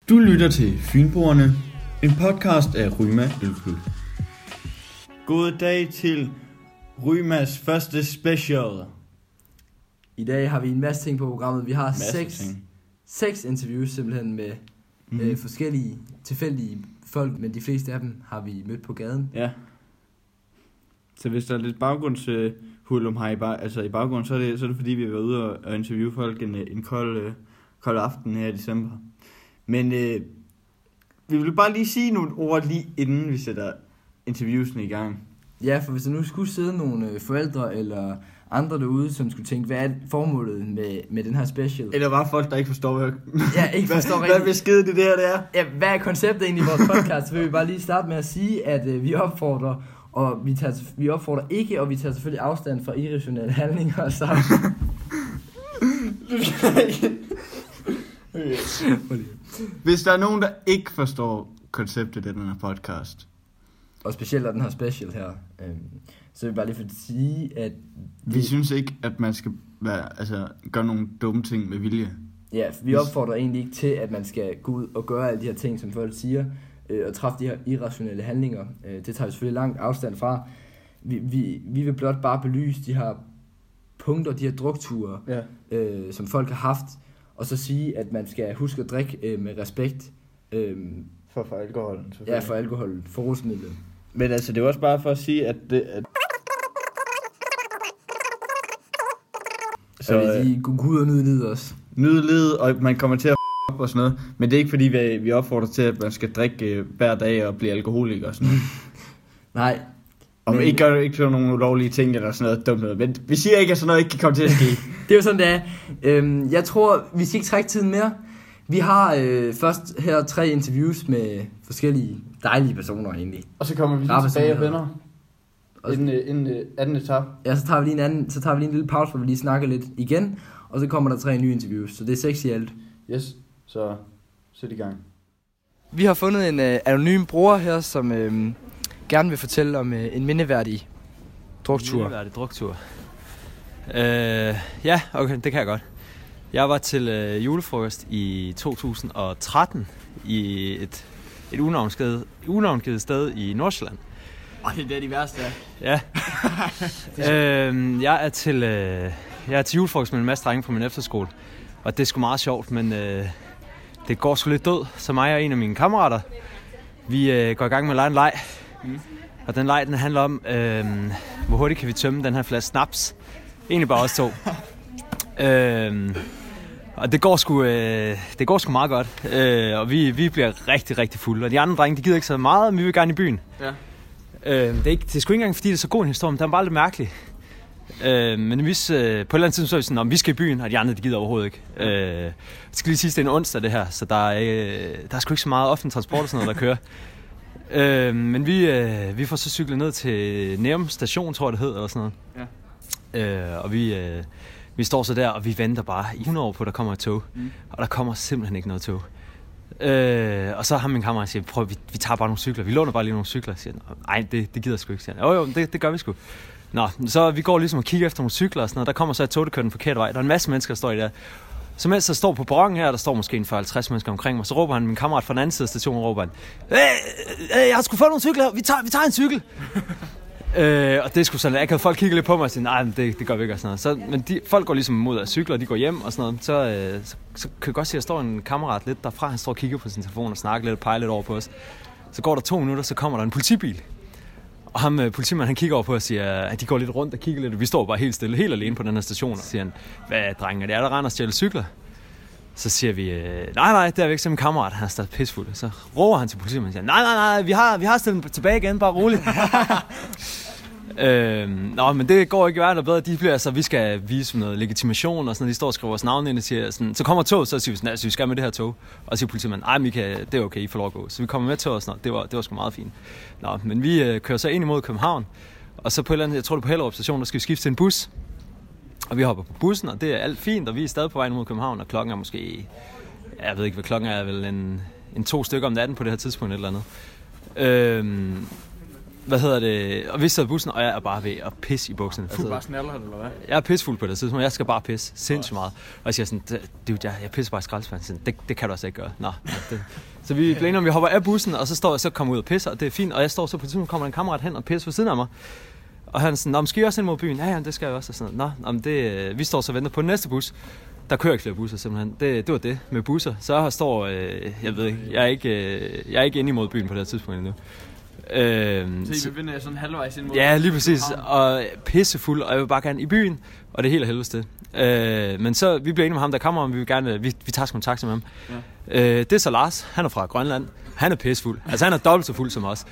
Du lytter til Fynboerne, en podcast af Ryma Ølklub. God dag til Rymas første special. I dag har vi en masse ting på programmet. Vi har seks interviews simpelthen med forskellige tilfældige folk, men de fleste af dem har vi mødt på gaden. Ja. Så hvis der er lidt baggrundshulum her i baggrunden, så er det fordi, vi har været ude og interviewe folk en kold aften her i december. Men vi vil bare lige sige nogle ord lige inden vi sætter interviewsene i gang. Ja, for hvis der nu skulle sidde nogle forældre eller andre derude, som skulle tænke, hvad er formålet med den her special? Eller bare folk, der ikke forstår, hvad besked det er. Ja, hvad er konceptet egentlig i vores podcast? Så vil vi bare lige starte med at sige, at vi opfordrer, og vi opfordrer ikke, og vi tager selvfølgelig afstand fra irrationelle handlinger. Så. Hvis der er nogen, der ikke forstår konceptet af den her podcast, og specielt af den her special her, så vil jeg bare lige sige, at vi synes ikke, at man skal gøre nogle dumme ting med vilje. Ja, vi opfordrer egentlig ikke til, at man skal gå ud og gøre alle de her ting, som folk siger, og træffe de her irrationelle handlinger. Det tager vi selvfølgelig langt afstand fra. Vi vil blot bare belyse de her punkter, de her drukture, som folk har haft, og så sige, at man skal huske at drikke med respekt. For alkoholen. Ja, for alkohol, for rusmidlet. Men altså, det er også bare for at sige, at så vil sige, gå ud og nyde livet også. Nyde livet, og man kommer til at op og sådan noget. Men det er ikke fordi, vi opfordrer til, at man skal drikke hver dag og blive alkoholiker og sådan noget. Nej. Og man ikke gør nogen ulovlige ting eller sådan noget dumt noget. Men vi siger ikke, at sådan noget ikke kan komme til at ske. Det er jo sådan, det er. Jeg tror, vi skal ikke trække tiden mere. Vi har først her 3 interviews med forskellige dejlige personer egentlig. Og så kommer vi lige tilbage og venner. Inden anden etape. Ja, så tager vi lige en lille pause, hvor vi lige snakker lidt igen. Og så kommer der 3 nye interviews, så det er 6 i alt. Yes, så sæt i gang. Vi har fundet en anonym bruger her, som gerne vil fortælle om en mindeværdig druktur. Ja, okay, det kan jeg godt. Jeg var til julefrokost i 2013 i et unavngivet sted i Nordsjælland. Det er de værste, ja. Jeg er til julefrokost med en masse drenge fra min efterskole, og det er sgu meget sjovt, men det går sgu lidt død. Så mig og en af mine kammerater, vi går i gang med at lege en leg. Og den leg, den handler om, hvor hurtigt kan vi tømme den her flaske snaps. Egentlig bare os 2. Og det går sgu meget godt. Og vi bliver rigtig, rigtig fulde. Og de andre drenge, de gider ikke så meget, men vi vil gerne i byen. Ja. Det er sgu ikke engang, fordi det er så god en historie, men den er bare lidt mærkelig. Men hvis, på et eller andet tidspunkt så er vi sådan, om vi skal i byen, og de andre, de gider overhovedet ikke. Jeg skal lige sige, det er en onsdag det her, så der er sgu ikke så meget offentlig transport og sådan noget, der kører. Men vi får så cyklet ned til Nærum station, tror jeg det hed, eller sådan noget. Ja. Og vi står så der, og vi venter bare i 100 år på, at der kommer et tog. Og der kommer simpelthen ikke noget tog. Og så har min kammerat siger, prøv, vi tager bare nogle cykler. Vi låner bare lige nogle cykler. Siger, nej, det gider sgu ikke. Siger, jo, det gør vi sgu. Nå, så vi går ligesom og kigger efter nogle cykler og sådan noget. Der kommer så et tog, der kører den forkerte vej. Der er en masse mennesker, der står i der. Så mens jeg står på perronen her, der står måske en 40-50 mennesker omkring mig, så råber han, min kammerat fra den anden side af stationen, råber han, jeg har sgu fået nogle cykler, vi tager en cykel. Og det er sgu sådan, jeg kan folk kigge lidt på mig og sige, nej, det gør vi ikke og sådan noget. Men folk går ligesom mod af cykler, de går hjem og sådan noget. Så kan jeg godt se, at der står en kammerat lidt derfra, han står og kigger på sin telefon og snakker lidt og peger lidt over på os. Så går der 2 minutter, så kommer der en politibil. Og ham, politimanden, han kigger over på os og siger, at de går lidt rundt og kigger lidt, og vi står bare helt stille, helt alene på den her station. Og så siger han, hvad drenge, er der render og stjæler cykler? Så siger vi, nej, det er vi ikke, som en kammerat, han er stadig pissfuld. Så råber han til politimanden og siger, nej, vi har stillet dem tilbage igen, bare roligt. Men det går ikke værre bedre. De bliver vi skal vise noget legitimation og sådan noget. De står og skriver vores navn ind og siger sådan, så kommer toget, så siger vi sådan, vi skal med det her tog. Og så siger politimanden, det er okay, I får lov at gå. Så vi kommer med toget og sådan noget. Det var sgu meget fint. Men vi kører så ind imod København. Og så på et eller andet, jeg tror det på Hellerup station, der skal vi skifte til en bus. Og vi hopper på bussen, og det er alt fint, og vi er stadig på vej mod København, og klokken er måske, jeg ved ikke hvad klokken er, vel en 2 stykker om natten på det her tidspunkt eller andet. Og vi sad i bussen, og jeg er bare ved at pisse i bukserne. Du bare snaller, eller hvad? Jeg er pissefuld på det tidspunkt. Jeg skal bare pisse sindssygt meget. Og jeg siger sådan, dude, jeg pisser bare i skraldespanden. Det kan du altså ikke gøre. Nå. Så vi bliver enige om, vi hopper af bussen, og så kommer ud og pisser, og det er fint. Og jeg står så på et tidspunkt, kommer en kammerat hen og pisser ved siden af mig. Og han er sådan, nå, skal I også ind mod byen? Ja, det skal jeg også. Og sådan, nå, vi står så og venter på den næste bus. Der kører ikke flere busser simpelthen. Det var det med busser. Så her står, jeg ved ikke, jeg er ikke inde imod byen på det her tidspunkt endnu. Så I befinder sådan halvvejs ind mod... Ja, lige præcis. Og pissefuld, og jeg vil bare gerne i byen, og det er helt af helvede. Men så, vi bliver enige med ham, der kommer, og vi tager kontakt med ham. Ja. Det er så Lars, han er fra Grønland. Han er pissefuld. Altså han er dobbelt så fuld som os.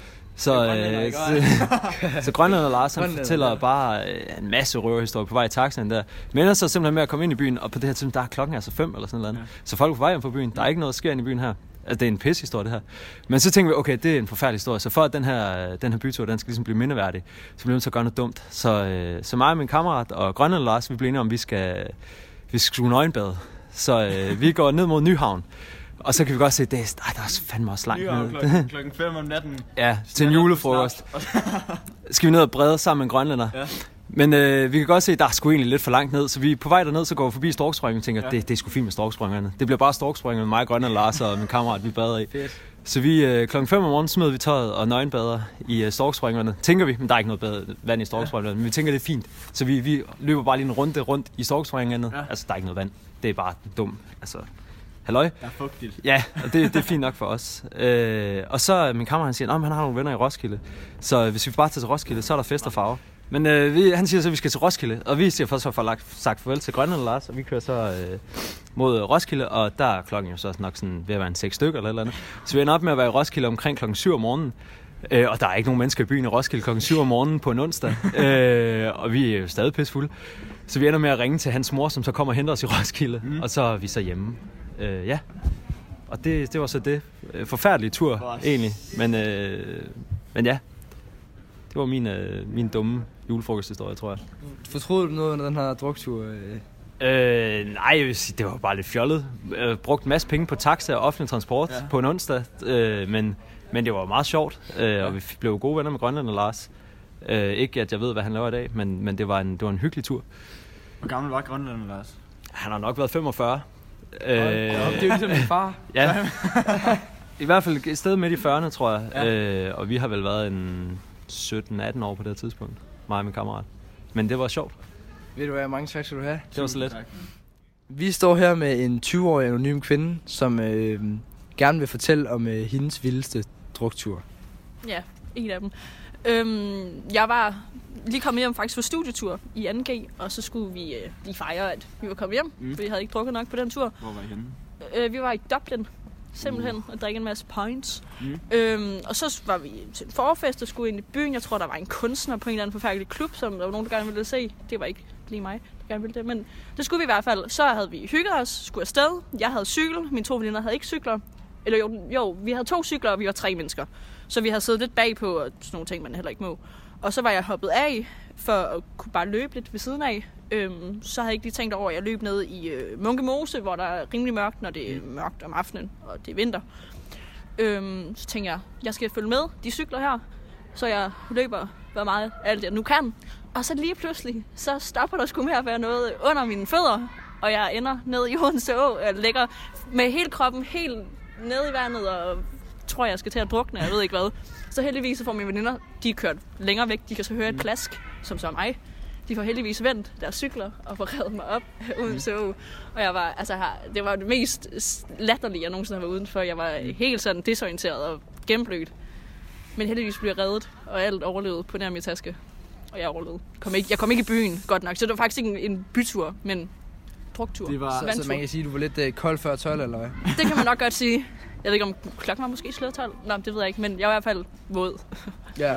Så Grønland og Lars, han fortæller bare en masse røverhistorier på vej i taxaen der. Men ellers så simpelthen med at komme ind i byen, og på det her tidspunkt, der er klokken altså 5 eller sådan noget. Ja. Så folk er på vej hjem fra byen. Der er ikke noget, der sker inde i byen her. Altså, det er en pissehistorie, det her. Men så tænker vi, okay, det er en forfærdelig historie. Så for at den her bytur, den skal ligesom blive mindeværdig, så bliver vi så gøre noget dumt. Så mig og min kammerat og Grønland og Lars, vi bliver enige om, vi skal skrue nøgenbade. Så vi går ned mod Nyhavn. Og så kan vi godt se, at der er fandme også langt ned. Klokken 5 om natten. Ja, til en julefrokost. Skal vi ned og brede sammen med en grønlænder. Ja. Men vi kan godt se, at der er sgu egentlig lidt for langt ned. Så vi på vej derned, så går vi forbi storkspringerne og tænker, det er sgu fint med storkspringerne. Det bliver bare storkspringerne med mig, Grønland, Lars og min kammerat, vi bader i. Fedt. Så vi klokken 5 om morgenen smider vi tøjet og nøgenbader i storkspringerne. Tænker vi, men der er ikke noget vand i storkspringerne, men vi tænker, det er fint. Så vi løber bare lige en runde rundt i storkspringerne. Ja. Altså, der er ikke noget vand. Det er bare dumt. Altså, halløj? Ja, fugtigt. Ja, og det er fint nok for os. Og så min kammerat, han siger, han har nogle venner i Roskilde. Så hvis vi bare tager til Roskilde, så er der fest og farver. Men han siger så, at vi skal til Roskilde, og vi siger først sagt farvel til Grønland og Lars, og vi kører så mod Roskilde, og der er klokken jo så nok sådan ved at være en 6 stykker eller et eller andet. Så vi ender op med at være i Roskilde omkring klokken 7 om morgenen, og der er ikke nogen mennesker i byen i Roskilde klokken 7 om morgenen på en onsdag, og vi er jo stadig pissefulde. Så vi ender med at ringe til hans mor, som så kommer og henter os i Roskilde, og så er vi så hjemme. Ja, og det var så det. Forfærdelig tur, egentlig, men ja. Det var min dumme julefrokosthistorie, tror jeg. Fortrød du noget under den her druktur? Nej, jeg vil sige, det var bare lidt fjollet. Brugt en masse penge på taxa og offentlig transport på en onsdag, men det var meget sjovt, og vi blev gode venner med Grønland og Lars. Ikke at jeg ved, hvad han laver i dag, men det var en hyggelig tur. Hvor gammel var Grønland og Lars? Han har nok været 45. Det er jo ligesom min far. Ja, i hvert fald et sted midt i 40'erne, tror jeg. Og vi har vel været en 17-18 år på det tidspunkt, mig og min kammerat. Men det var sjovt. Ved du hvad, mange tak skal du have. Det var så let. Vi står her med en 20-årig anonym kvinde, som gerne vil fortælle om hendes vildeste druktur. Ja, en af dem. Jeg var lige kommet hjem faktisk for studietur i 2G, og så skulle vi lige fejre, at vi var kommet hjem, for vi havde ikke drukket nok på den tur. Hvor var I henne? Vi var i Dublin, simpelthen, og drikke en masse points. Og så var vi til en forfest og skulle ind i byen. Jeg tror, der var en kunstner på en eller anden forfærdelig klub, som der var nogen, der gerne ville se. Det var ikke lige mig, der gerne ville det, men det skulle vi i hvert fald. Så havde vi hygget os, skulle afsted. Jeg havde cykel, mine 2 veninder havde ikke cykler. Eller jo, vi havde 2 cykler, og vi var 3 mennesker. Så vi havde siddet lidt bagpå, og sådan nogle ting, man heller ikke må. Og så var jeg hoppet af, for at kunne bare løbe lidt ved siden af. Så havde jeg ikke lige tænkt over, at jeg løb ned i Munkemose, hvor der er rimelig mørkt, når det er mørkt om aftenen, og det er vinter. Så tænkte jeg skal følge med de cykler her, så jeg løber hvor meget alt jeg nu kan. Og så lige pludselig, så stopper der sgu med at være noget under mine fødder, og jeg ender ned i Odense Å, og ligger med hele kroppen helt nede i vandet, og tror jeg skal til at drukne, jeg ved ikke hvad. Så heldigvis så får mine veninder, de er kørt længere væk, de kan så høre et plask, som så mig. De får heldigvis vendt deres cykler og får reddet mig op uden så. Og jeg var, det var det mest latterlige, jeg nogensinde har været udenfor. Jeg var helt sådan desorienteret og gennemblødt. Men heldigvis blev jeg reddet, og alt overlevede på nær min taske. Og jeg overlevede. Jeg kom ikke i byen, godt nok. Så det var faktisk ikke en bytur, men druktur. Så man kan sige, at du var lidt kold før 12, eller hvad? Det kan man nok godt sige. Jeg ved ikke, om klokken var måske slået 12. Nå, det ved jeg ikke, men jeg var i hvert fald våd. Ja.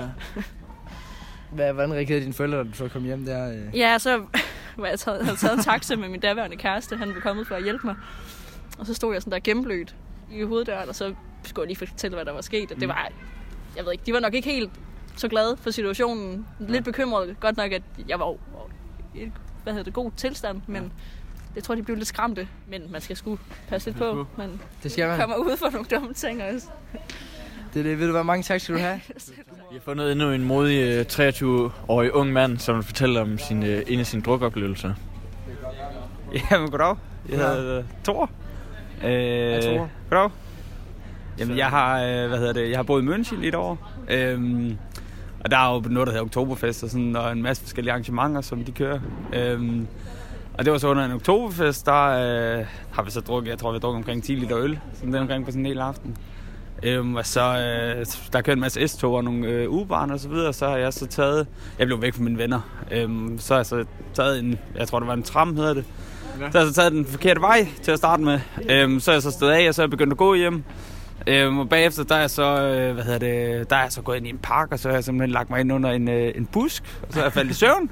Hvordan reagerede dine forældre, da du så kom hjem der? Ja, så havde jeg taget en taxa med min daværende kæreste. Han var kommet for at hjælpe mig. Og så stod jeg sådan der gennemblødt i hoveddøren, og så skulle jeg lige fortælle, hvad der var sket. Og det var, jeg ved ikke, de var nok ikke helt så glade for situationen. Lidt bekymret, godt nok, at jeg var i god tilstand, men jeg tror, de blev lidt skræmte. Men man skal sgu passe lidt på. Man det skal man. Kommer ud for nogle dumme ting også. Det ved du hvad, mange tak skal du have. Vi har fundet endnu en modig 23-årig ung mand, som fortæller om en af sine drukoplevelser. Jamen, goddag. Jeg hedder Thor. Thor. Goddag. Jamen, jeg har boet i München i et år. Og der er jo noget, der hedder Oktoberfest og sådan, og en masse forskellige arrangementer, som de kører. Og det var så under en Oktoberfest, der har vi så drukket, jeg tror, vi har drukket omkring 10 liter øl, sådan den omkring på sådan en hel aften. Og så der kørte en masse S-tog og nogle ugebarn og så videre, så har jeg så taget, jeg blev væk fra mine venner, så har jeg så taget en, jeg tror det var en tram hedder det, ja. Så har jeg så taget den forkerte vej til at starte med, så er jeg så stået af, og så er jeg begyndt at gå hjem. Og bagefter, der er jeg så, der er jeg så gået ind i en park, og så har jeg simpelthen lagt mig ind under en busk, og så er jeg faldet i søvn.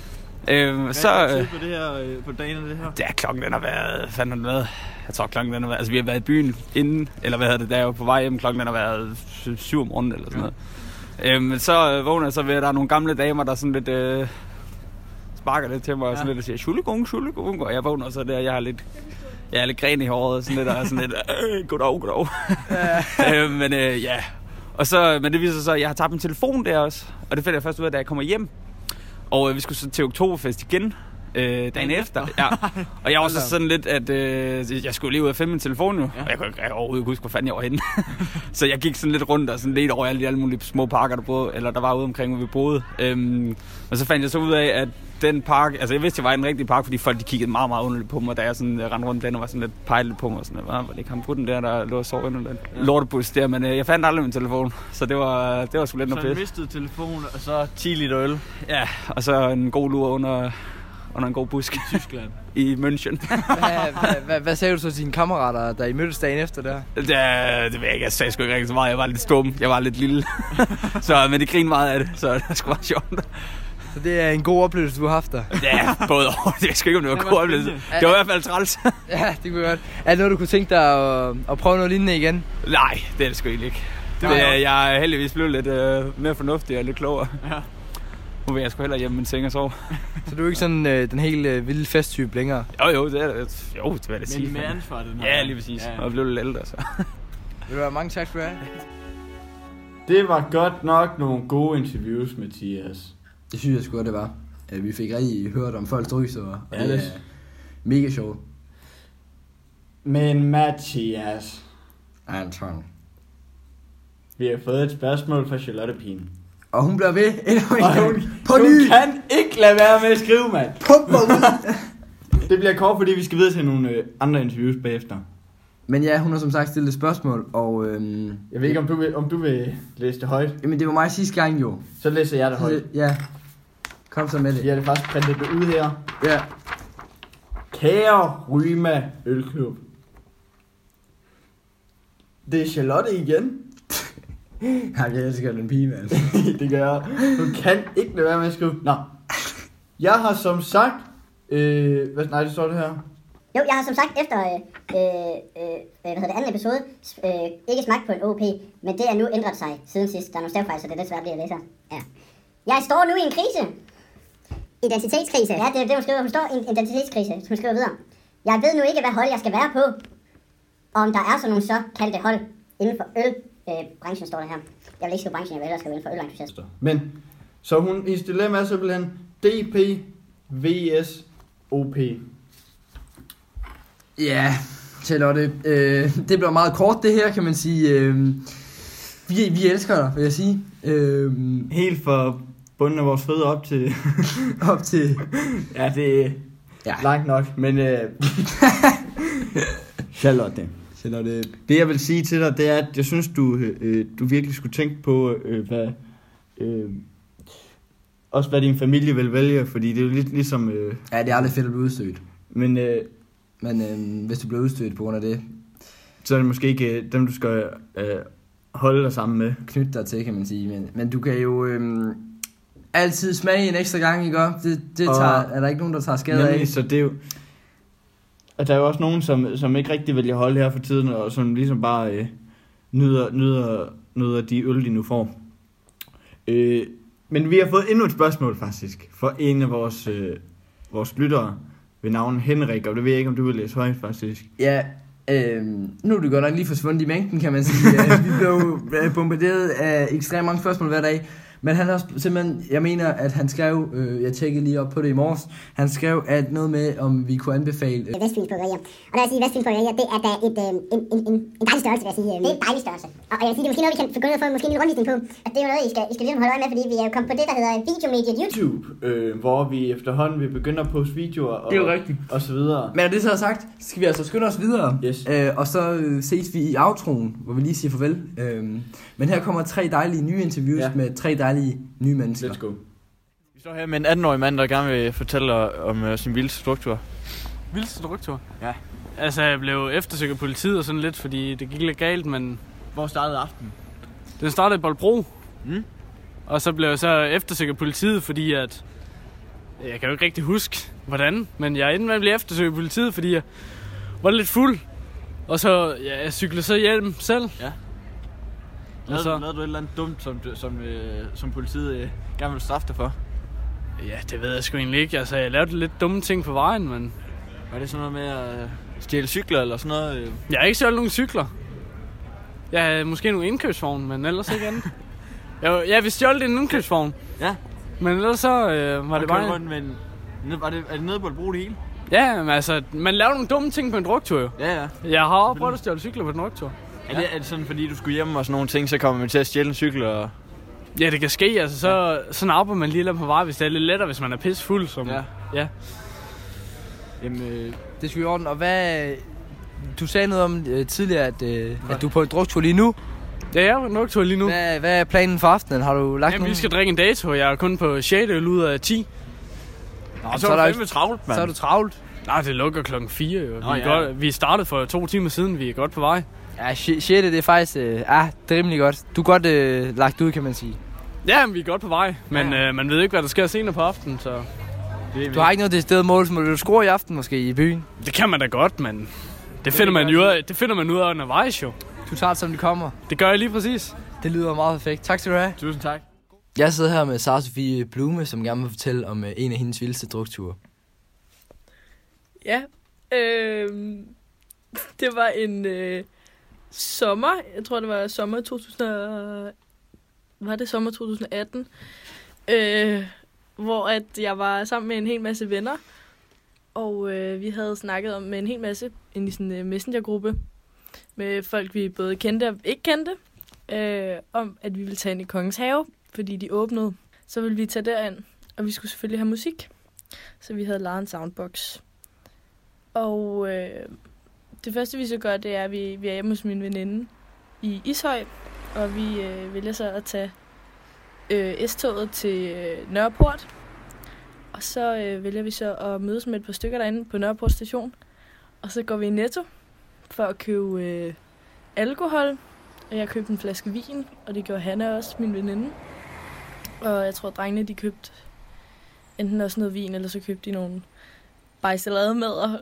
Hvad er det på det her, på dagen af det her? Ja, klokken den har været, jeg tror klokken den har været, altså vi har været i byen inden, eller der er jo på vej hjem, klokken den har været 7 om morgenen eller sådan noget. Men så vågner jeg så ved, at der er nogle gamle damer, der sådan lidt sparker lidt til mig, og sådan lidt og siger, Schullegung, og jeg vågner så der, jeg er lidt gren i håret, og sådan lidt, og sådan lidt, goddag. Men ja, og så, men det viser sig så, at jeg har tabt min telefon der også, og det finder jeg først ud af, da jeg kommer hjem. Og vi skulle så til Oktoberfest igen dagen efter. Ja. Og jeg var så sådan lidt, at jeg skulle lige ud og finde min telefon nu. Ja. Og jeg kunne overhovedet huske, hvor fanden jeg var henne. Så jeg gik sådan lidt rundt og sådan lidt over alle mulige små parker, der var ude omkring, hvor vi boede. Og så fandt jeg så ud af, at den park, altså jeg vidste, jeg var i den rigtige park, fordi folk de kiggede meget, meget underligt på mig, da jeg sådan rendte rundt den og var sådan lidt pejlet på mig. Og sådan, var det ikke ham på den der lå og sov under den lortebus der, men jeg fandt aldrig min telefon, så det var sgu lidt noget pis. Så mistede telefonen, og så 10 liter øl. Ja, og så en god lur under en god busk. I Tyskland. I München. Hvad sagde du så til dine kammerater, der I mødtes dagen efter der? Det ved jeg ikke, jeg sagde sgu ikke rigtig så meget, jeg var lidt stum, jeg var lidt lille. Men de grinede meget af det, så det var sgu meget sjovt. Så det er en god oplevelse, du har haft der? Ja, både over. Det skal ikke, om det var en god oplevelse. Det var i hvert fald træls. Ja, det kunne godt. Er det noget, du kunne tænke dig at prøve noget lignende igen? Nej, det er det sgu ikke. Jeg er heldigvis blevet lidt mere fornuftig og lidt klogere. Ja. Nu vil jeg sgu hellere hjemme min seng og sove. Så du er ikke sådan den helt vilde festtype længere? Jo, det er det. Jo, det vil jeg da sige. Men med ansvar, den her. Ja, lige præcis. Ja. Og jeg blev lidt ældre, så. Vil du have mange tak for det? Det var godt nok nogle gode interviews, Mathias. Det synes jeg sgu godt, det var. Vi fik rigtig hørt om folks dryser, og ja, det er mega sjovt. Men Mathias. Anton. Vi har fået et spørgsmål fra Charlotte Pien. Og hun bliver ved endnu en gang. Hun kan ikke lade være med at skrive, mand. Ud. Det bliver kort, fordi vi skal videre til nogle andre interviews bagefter. Men ja, hun har som sagt stillet et spørgsmål, og jeg ved ikke, om du vil læse det højt. Jamen, det var mig sidste gang jo. Så læser jeg det højt. Ja. Kom så med det. Jeg har det faktisk printet det ud her. Ja. Kære Ryma Ølklub. Det er Charlotte igen. Jeg elsker den pige, mand. Det gør jeg. Hun kan ikke lade være med at skrive. Nå. Jeg har som sagt... nej, det står det her. Jo, jeg har som sagt efter anden episode ikke smagt på en OP, men det er nu ændret sig siden sidst. Der er nogle stavfejl, så det er lidt svært lige at læse. Ja. Jeg står nu i en krise. Identitetskrise. Ja, det er det, hun skriver. Hun står i en identitetskrise. Hun skriver videre. Jeg ved nu ikke, hvad hold jeg skal være på. Og om der er sådan nogle såkaldte hold inden for branchen, står der her. Jeg vil ikke skrive branchen, jeg vil ellers skrive inden for ølentusiaster. Men, så hendes dilemma er simpelthen DP vs OP. Ja, Charlotte, det bliver meget kort det her, kan man sige. Vi elsker dig, vil jeg sige. Helt fra bunden af vores fødder op til... op til... Ja, det er langt nok, men... Charlotte. Det jeg vil sige til dig, det er, at jeg synes, du virkelig skulle tænke på, også hvad din familie vil vælge, fordi det er jo lidt ligesom... Ja, det er aldrig fedt at blive udstødt. Men hvis du bliver udstødt på grund af det, så er det måske ikke dem, du skal holde dig sammen med. Knytte dig til, kan man sige. Men du kan jo altid smage en ekstra gang, ikke? Er der ikke nogen, der tager skade af? Så det er jo... Og der er jo også nogen, som ikke rigtig vælger holde her for tiden, og som ligesom bare nyder de øl, de nu får. Men vi har fået endnu et spørgsmål faktisk, for en af vores lyttere ved navn Henrik, og det ved jeg ikke, om du vil læse højt faktisk. Ja, Nu er det godt nok lige forsvundet i mængden, kan man sige. Vi blev bombarderet af ekstremt mange spørgsmål hver dag. Men han har simpelthen, jeg mener, at han skrev, jeg tjekkede lige op på det i morges, han skrev at noget med, om vi kunne anbefale Vestfyns Bryggerier. Og der vil sige, Vestfyns Bryggerier, det er da en dejlig størrelse, vil jeg sige. Det er en dejlig størrelse. Og jeg vil sige, det er måske noget, vi kan få gå ned og få måske en lille rundvisning på. Og det er jo noget, I skal ligesom holde øje med, fordi vi er jo kommet på det, der hedder videomediet YouTube. Hvor vi efterhånden vil begynde at poste videoer og, det er jo rigtigt. Og så videre. Men det så er sagt, skal vi altså skynde os videre. Yes. Og så ses vi i outroen, hvor vi lige siger farvel. Men her kommer 3 dejlige nye interviews med 3 dejlige nye mennesker. Let's go. Vi står her med en 18-årig mand, der gerne vil fortælle om sin vildeste struktur. Vildeste struktur? Ja. Altså, jeg blev eftersøgt af politiet og sådan lidt, fordi det gik lidt galt, men... Hvor startede aftenen? Den startede i Bolbro. Mm. Og så blev jeg så eftersøgt af politiet, fordi at... Jeg kan jo ikke rigtig huske, hvordan, men jeg endte med at blive eftersøgt af politiet, fordi jeg var lidt fuld. Og så, jeg cyklede så hjem selv. Ja. Lavede du et eller andet dumt, som politiet gerne vil straffe dig for? Ja, det ved jeg sgu egentlig ikke. Altså, jeg lavede lidt dumme ting på vejen, men... Var det sådan noget med at stjæle cykler eller sådan noget? Jeg har ikke stjålet nogen cykler. Jeg havde måske nogle indkøbsvogn, men ellers ikke andet. Jeg vil stjålet en indkøbsvogn. Ja. Men ellers så var det bare... Er det nede på Bolbro det hele? Ja, men altså, man laver nogle dumme ting på en druktur jo. Ja. Jeg har også prøvet at stjåle cykler på en druktur. Er det sådan, fordi du skulle hjem og sådan nogle ting, så kommer man til at stjæle en cykel og... Ja, det kan ske. Altså, så napper man lige lidt på vej, hvis det er lidt lettere, hvis man er pissefuld. Som... Ja. Jamen, det skal vi ordne. Og hvad... Du sagde noget om tidligere, at du er på en druktur lige nu. Ja, jeg er på en druktur lige nu. Hvad er planen for aftenen? Har du lagt nogen? Vi skal drikke en dato. Jeg er kun på 6. øl ud af 10. Nå, så er der fandme travlt, mand. Så er du travlt. Nej, det lukker 4:00 jo. Vi startede for 2 timer siden. Vi er godt på vej. Ja, 6. Det er faktisk... det er rimelig godt. Du er godt lagt ud, kan man sige. Ja, men vi er godt på vej. Men man ved ikke, hvad der sker senere på aftenen, så... Du har ikke noget det sted mål, som du score i aften måske i byen? Det kan man da godt, men... Det finder man ud af undervejs jo. Du tager det, som det kommer. Det gør jeg lige præcis. Det lyder meget perfekt. Tak skal du have. Tusind tak. Jeg sidder her med Sara Sofie Blume, som gerne vil fortælle om en af hendes vildeste drukture. Ja, det var en sommer. Jeg tror, det var sommer 2018. Hvor at jeg var sammen med en hel masse venner. Og vi havde snakket om med en hel masse ind i sådan en messengergruppe med folk, vi både kendte og ikke kendte, om at vi ville tage ind i Kongens Have, fordi de åbnede. Så ville vi tage derind, og vi skulle selvfølgelig have musik. Så vi havde lejet en soundbox. Og det første, vi så gør, det er, at vi er hjemme hos min veninde i Ishøj, og vi vælger så at tage S-toget til Nørreport. Og så vælger vi så at mødes med et par stykker derinde på Nørreport station. Og så går vi i Netto for at købe alkohol. Og jeg købte en flaske vin, og det gjorde Hanna også, min veninde. Og jeg tror, drengene de købte enten også noget vin, eller så købte de nogle bajsalademader.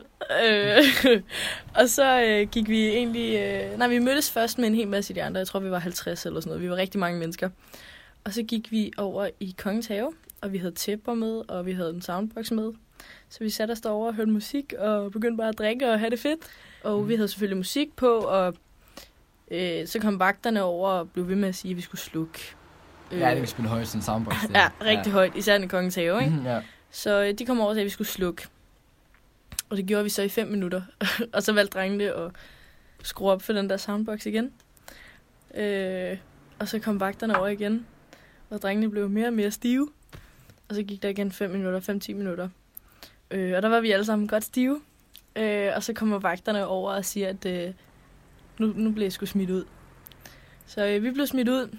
Og så gik vi egentlig... vi mødtes først med en hel masse af de andre. Jeg tror, vi var 50 eller sådan noget. Vi var rigtig mange mennesker. Og så gik vi over i Kongens Have, og vi havde tæpper med, og vi havde en soundbox med. Så vi satte os derovre og hørte musik, og begyndte bare at drikke og have det fedt. Og vi havde selvfølgelig musik på, og så kom vagterne over og blev ved med at sige, at vi skulle slukke. Ja, det vi spille højt, sådan en soundbox. Ja, rigtig højt, især i Kongens Have, ikke? Ja. Så de kom over og sagde, at vi skulle slukke. Og det gjorde vi så i 5 minutter. Og så valgte drengene at skrue op for den der soundbox igen. Og så kom vagterne over igen. Og drengene blev mere og mere stive. Og så gik der igen 5-10 minutter. Og der var vi alle sammen godt stive. Og så kommer vagterne over og siger, at nu blev jeg sgu smidt ud. Så vi blev smidt ud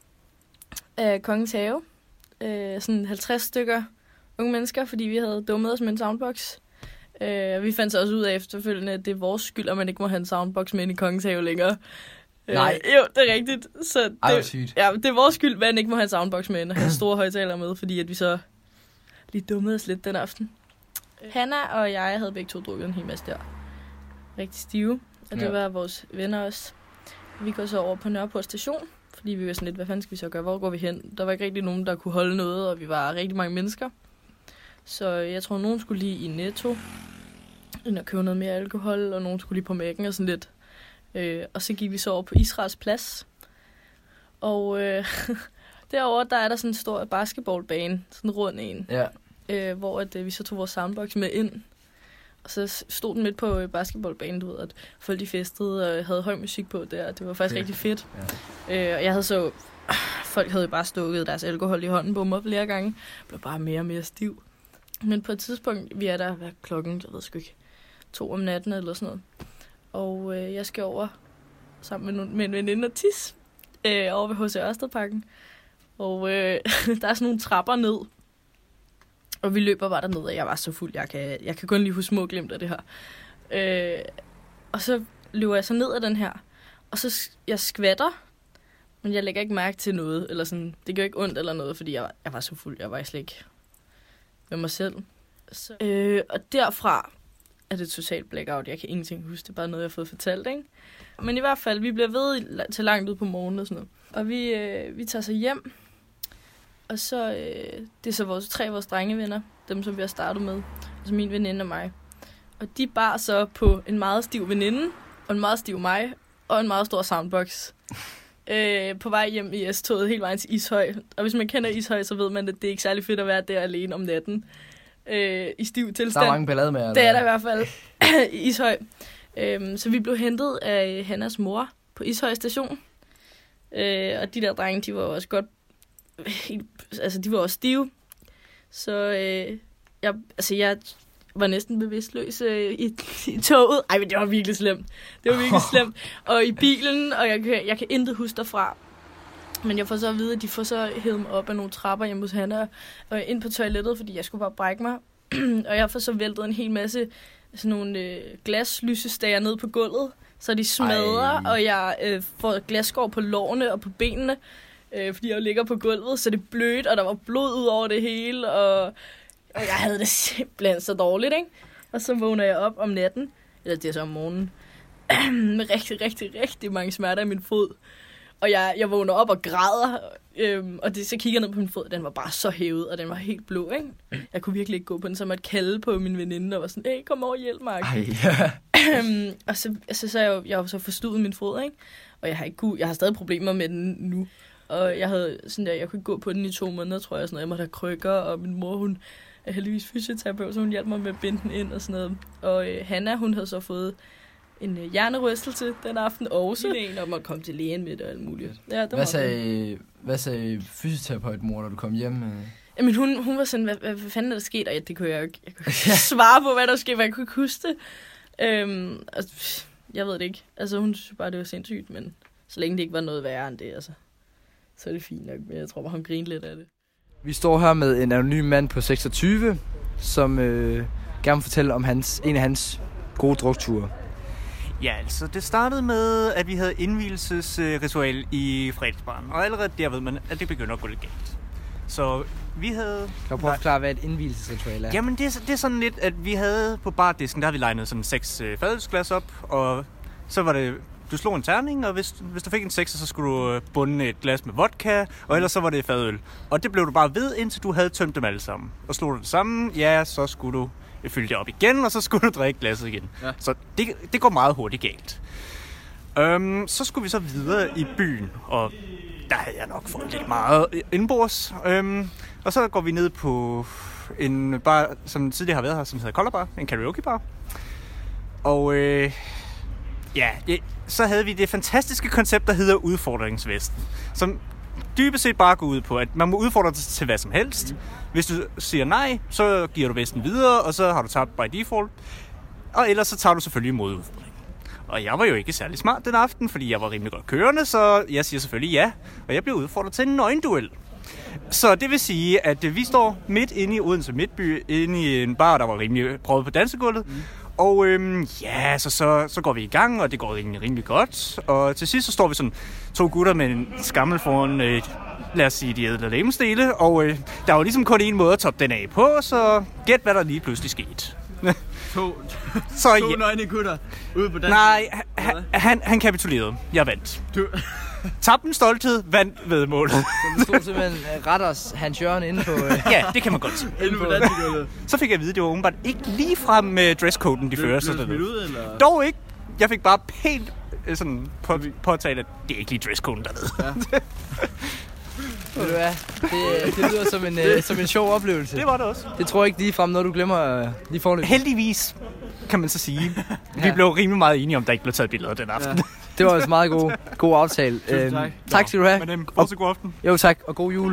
af Kongens Have. Sådan 50 stykker unge mennesker, fordi vi havde dummet os med en soundbox. Vi fandt så også ud af efterfølgende, at det er vores skyld, at man ikke må have en soundbox med ind i Kongens Have længere. Nej. Jo, det er rigtigt. Så sygt. Ja, det er vores skyld, at man ikke må have en soundbox med ind og have store højtalere med, fordi at vi så lige dummede os lidt den aften. Hanna og jeg havde begge to drukket en hel masse der. Rigtig stive. Og det var vores venner også. Vi går så over på Nørreport station, fordi vi var sådan lidt, hvad fanden skal vi så gøre? Hvor går vi hen? Der var ikke rigtig nogen, der kunne holde noget, og vi var rigtig mange mennesker. Så jeg tror, nogen skulle lige i Netto. ind og købe noget mere alkohol, og nogen skulle lige på mækken og sådan lidt. Og så gik vi så over på Israels Plads. Og derovre, der er der sådan en stor basketballbane, sådan en rund en, hvor vi så tog vores soundbox med ind. Og så stod den midt på basketballbanen, du ved, at folk de festede og havde høj musik på der. Det var faktisk rigtig fedt. Ja. Og jeg havde så... Folk havde jo bare stukket deres alkohol i hånden på mig flere gange. Jeg blev bare mere og mere stiv. Men på et tidspunkt, vi er der klokken, jeg ved sgu ikke, 2 om natten eller sådan noget. Og jeg skal over sammen med en veninde og tisse over ved H.C. Ørstedparken. Og der er sådan nogle trapper ned. Og vi løber bare derned, og jeg var så fuld. Jeg kan kun lige huske små glimt af det her. Og så løber jeg så ned ad den her. Og så jeg skvatter. Men jeg lægger ikke mærke til noget. Eller sådan, det gør ikke ondt eller noget, fordi jeg var så fuld. Jeg var slet ikke med mig selv. Så, og derfra er det totalt blackout. Jeg kan ingenting huske. Det er bare noget, jeg har fået fortalt, ikke? Men i hvert fald, vi bliver ved til langt ud på morgenen og sådan noget. Og vi tager så hjem. Og så, det er så vores drengevenner, dem som vi har startet med. Altså min veninde og mig. Og de bar så på en meget stiv veninde, og en meget stiv mig, og en meget stor soundbox. På vej hjem i S-toget hele vejen til Ishøj. Og hvis man kender Ishøj, så ved man, at det er ikke særlig fedt at være der alene om natten. I stiv tilstand. Der er mange ballade med. Det er der i hvert fald i Ishøj. Så vi blev hentet af Hannas mor på Ishøj station. Og de der drenge, de var også godt... de var også stive. Så jeg var næsten bevidstløs i toget. Ej, men det var virkelig slemt. Og i bilen, og jeg kan intet huske derfra. Men jeg får så at vide, at de får så hævet mig op af nogle trapper hjemme hos Hanna og ind på toilettet, fordi jeg skulle bare brække mig. Og jeg får så væltet en hel masse sådan nogle glaslysestager ned på gulvet, så de smadrer, og jeg får glasskår på lårene og på benene, fordi jeg ligger på gulvet, så det blødt, og der var blod ud over det hele, og jeg havde det simpelthen så dårligt, ikke? Og så vågner jeg op om natten, eller det er så om morgenen, med rigtig, rigtig, rigtig mange smerter i min fod. Og jeg vågner op og græder, og så kigger jeg ned på min fod, og den var bare så hævet, og den var helt blå, ikke? Jeg kunne virkelig ikke gå på den, så jeg måtte kalde på min veninde, og var sådan, hey, kom over og hjælp mig. Og så jeg så forstudet min fod, ikke? Og jeg har stadig problemer med den nu. Og jeg kunne ikke gå på den i 2 måneder, tror jeg, sådan noget. Jeg måtte have krykker, og min mor, hun er heldigvis fysioterapeut, så hun hjalp mig med at binde den ind og sådan noget. Og Hanna, hun havde så fået en hjernerystelse den aften også. En om at komme til lægen med det og alt muligt. Ja, hvad sagde fysioterapeutmor, når du kom hjem? Jamen hun var sådan, hvad fanden er der sket? Og det kunne jeg ikke. Jeg kunne ikke svare på, hvad der skete, for jeg kunne ikke huske det. Jeg ved det ikke. Altså hun synes bare, det var sindssygt, men så længe det ikke var noget værre end det, altså, så er det fint nok. Men jeg tror bare, hun griner lidt af det. Vi står her med en anonym mand på 26, som gerne vil fortælle om en af hans gode drukture. Ja, altså det startede med, at vi havde indvielsesritual i fredagsbaren. Og allerede der ved man, at det begynder at gå lidt galt. Så vi havde... Kan du prøve at forklare, hvad et indvielsesritual er? Jamen det er sådan lidt, at vi havde på bardisken, der havde vi legnet sådan 6 fadølsglas op. Og så var det, du slog en terning, og hvis du fik en 6, så skulle du bunde et glas med vodka. Og ellers så var det fadøl. Og det blev du bare ved, indtil du havde tømt dem alle sammen. Og slog du det sammen, ja, så skulle du fylde det op igen, og så skulle du drikke glasset igen. Ja. Så det går meget hurtigt galt. Så skulle vi så videre i byen, og der havde jeg nok fået lidt meget indbords. Og så går vi ned på en bar, som tidligere har været her, som hedder Kolderbar, en karaokebar. Og så havde vi det fantastiske koncept, der hedder udfordringsvesten, som dybest set bare går ud på, at man må udfordre sig til hvad som helst. Hvis du siger nej, så giver du vesten videre, og så har du tabt by default. Og ellers så tager du selvfølgelig imod udfordringen. Og jeg var jo ikke særlig smart den aften, fordi jeg var rimelig godt kørende, så jeg siger selvfølgelig ja. Og jeg blev udfordret til en nøgenduel. Så det vil sige, at vi står midt inde i Odense Midtby, inde i en bar, der var rimelig prøvet på dansegulvet. Og så går vi i gang, og det går rimelig godt. Og til sidst så står vi sådan 2 gutter med en skammel foran, lad os sige, de ædle lemstele. Og der var ligesom kun en måde at toppe den af på, så gæt hvad der lige pludselig skete. To nøgne gutter ude på dansen? Nej, han kapitulerede. Jeg vandt. tabte en stolthed, vandt vedmålet. Så du stod simpelthen retters Hans Jørgen inde på... Ja, det kan man godt sige. Så fik jeg at vide, det var åbenbart ikke lige frem med dresscoden de første. Blev smidt ud, eller? Dog ikke. Jeg fik bare pænt sådan påtalt, at det er ikke lige dresscoden dernede. Ja. Ved du hvad? Det lyder som en sjov oplevelse. Det var det også. Det tror jeg ikke lige frem, når du glemmer lige forløb. Heldigvis, kan man så sige. Vi blev rimelig meget enige om, der ikke blev taget billeder den aften. Ja. Det var også meget god aftale. Tak skal du have. Men også god aften. Jo tak, og god jul.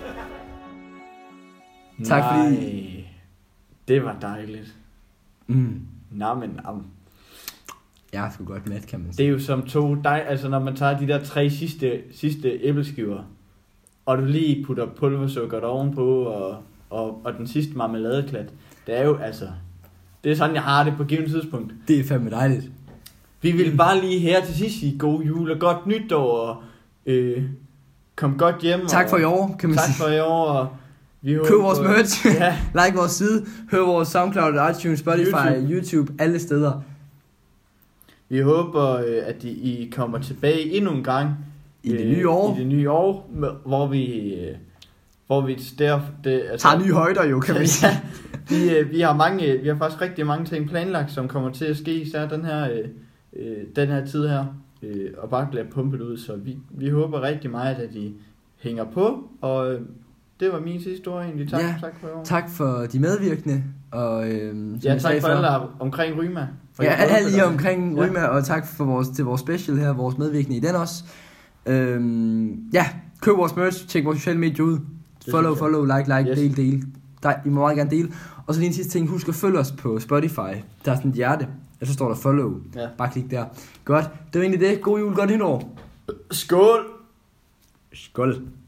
Tak fordi... Det var dejligt. Nå, men... Jeg er sgu godt med, kan man sige. Det er jo som altså når man tager de der 3 sidste æbleskiver, og du lige putter pulversukkeret ovenpå, og den sidste marmeladeklat. Det er jo altså... Det er sådan, jeg har det på givet tidspunkt. Det er fandme dejligt. Vi vil bare lige her til sidst sige god jul og godt nytår, og kom godt hjem. Tak for i år, kan man sige. Tak for i år, og vi håber... Køb vores merch, ja. Like vores side, hør vores SoundCloud, iTunes, Spotify, YouTube, alle steder. Vi håber, at I kommer tilbage endnu en gang. I det nye år. I det nye år, hvor vi tager nye højder jo, kan man sige. Vi har faktisk rigtig mange ting planlagt, som kommer til at ske, især den her tid her, og bare bliver pumpet ud, så vi håber rigtig meget, at I hænger på, og det var min sidste ord egentlig. Tak for i år. Tak for de medvirkende, og tak for alle omkring Ryma. Ja, alle lige omkring Ryma, og tak til vores special her, vores medvirkende i den også. Køb vores merch, tjek vores sociale medier ud, follow, like, yes. del. I må meget gerne dele. Og så lige en sidste ting, husk at følge os på Spotify. Der er sådan et hjerte, og så står der follow. Ja. Bare klik der. Godt, det var egentlig det. God jul, godt nytår. Skål! Skål.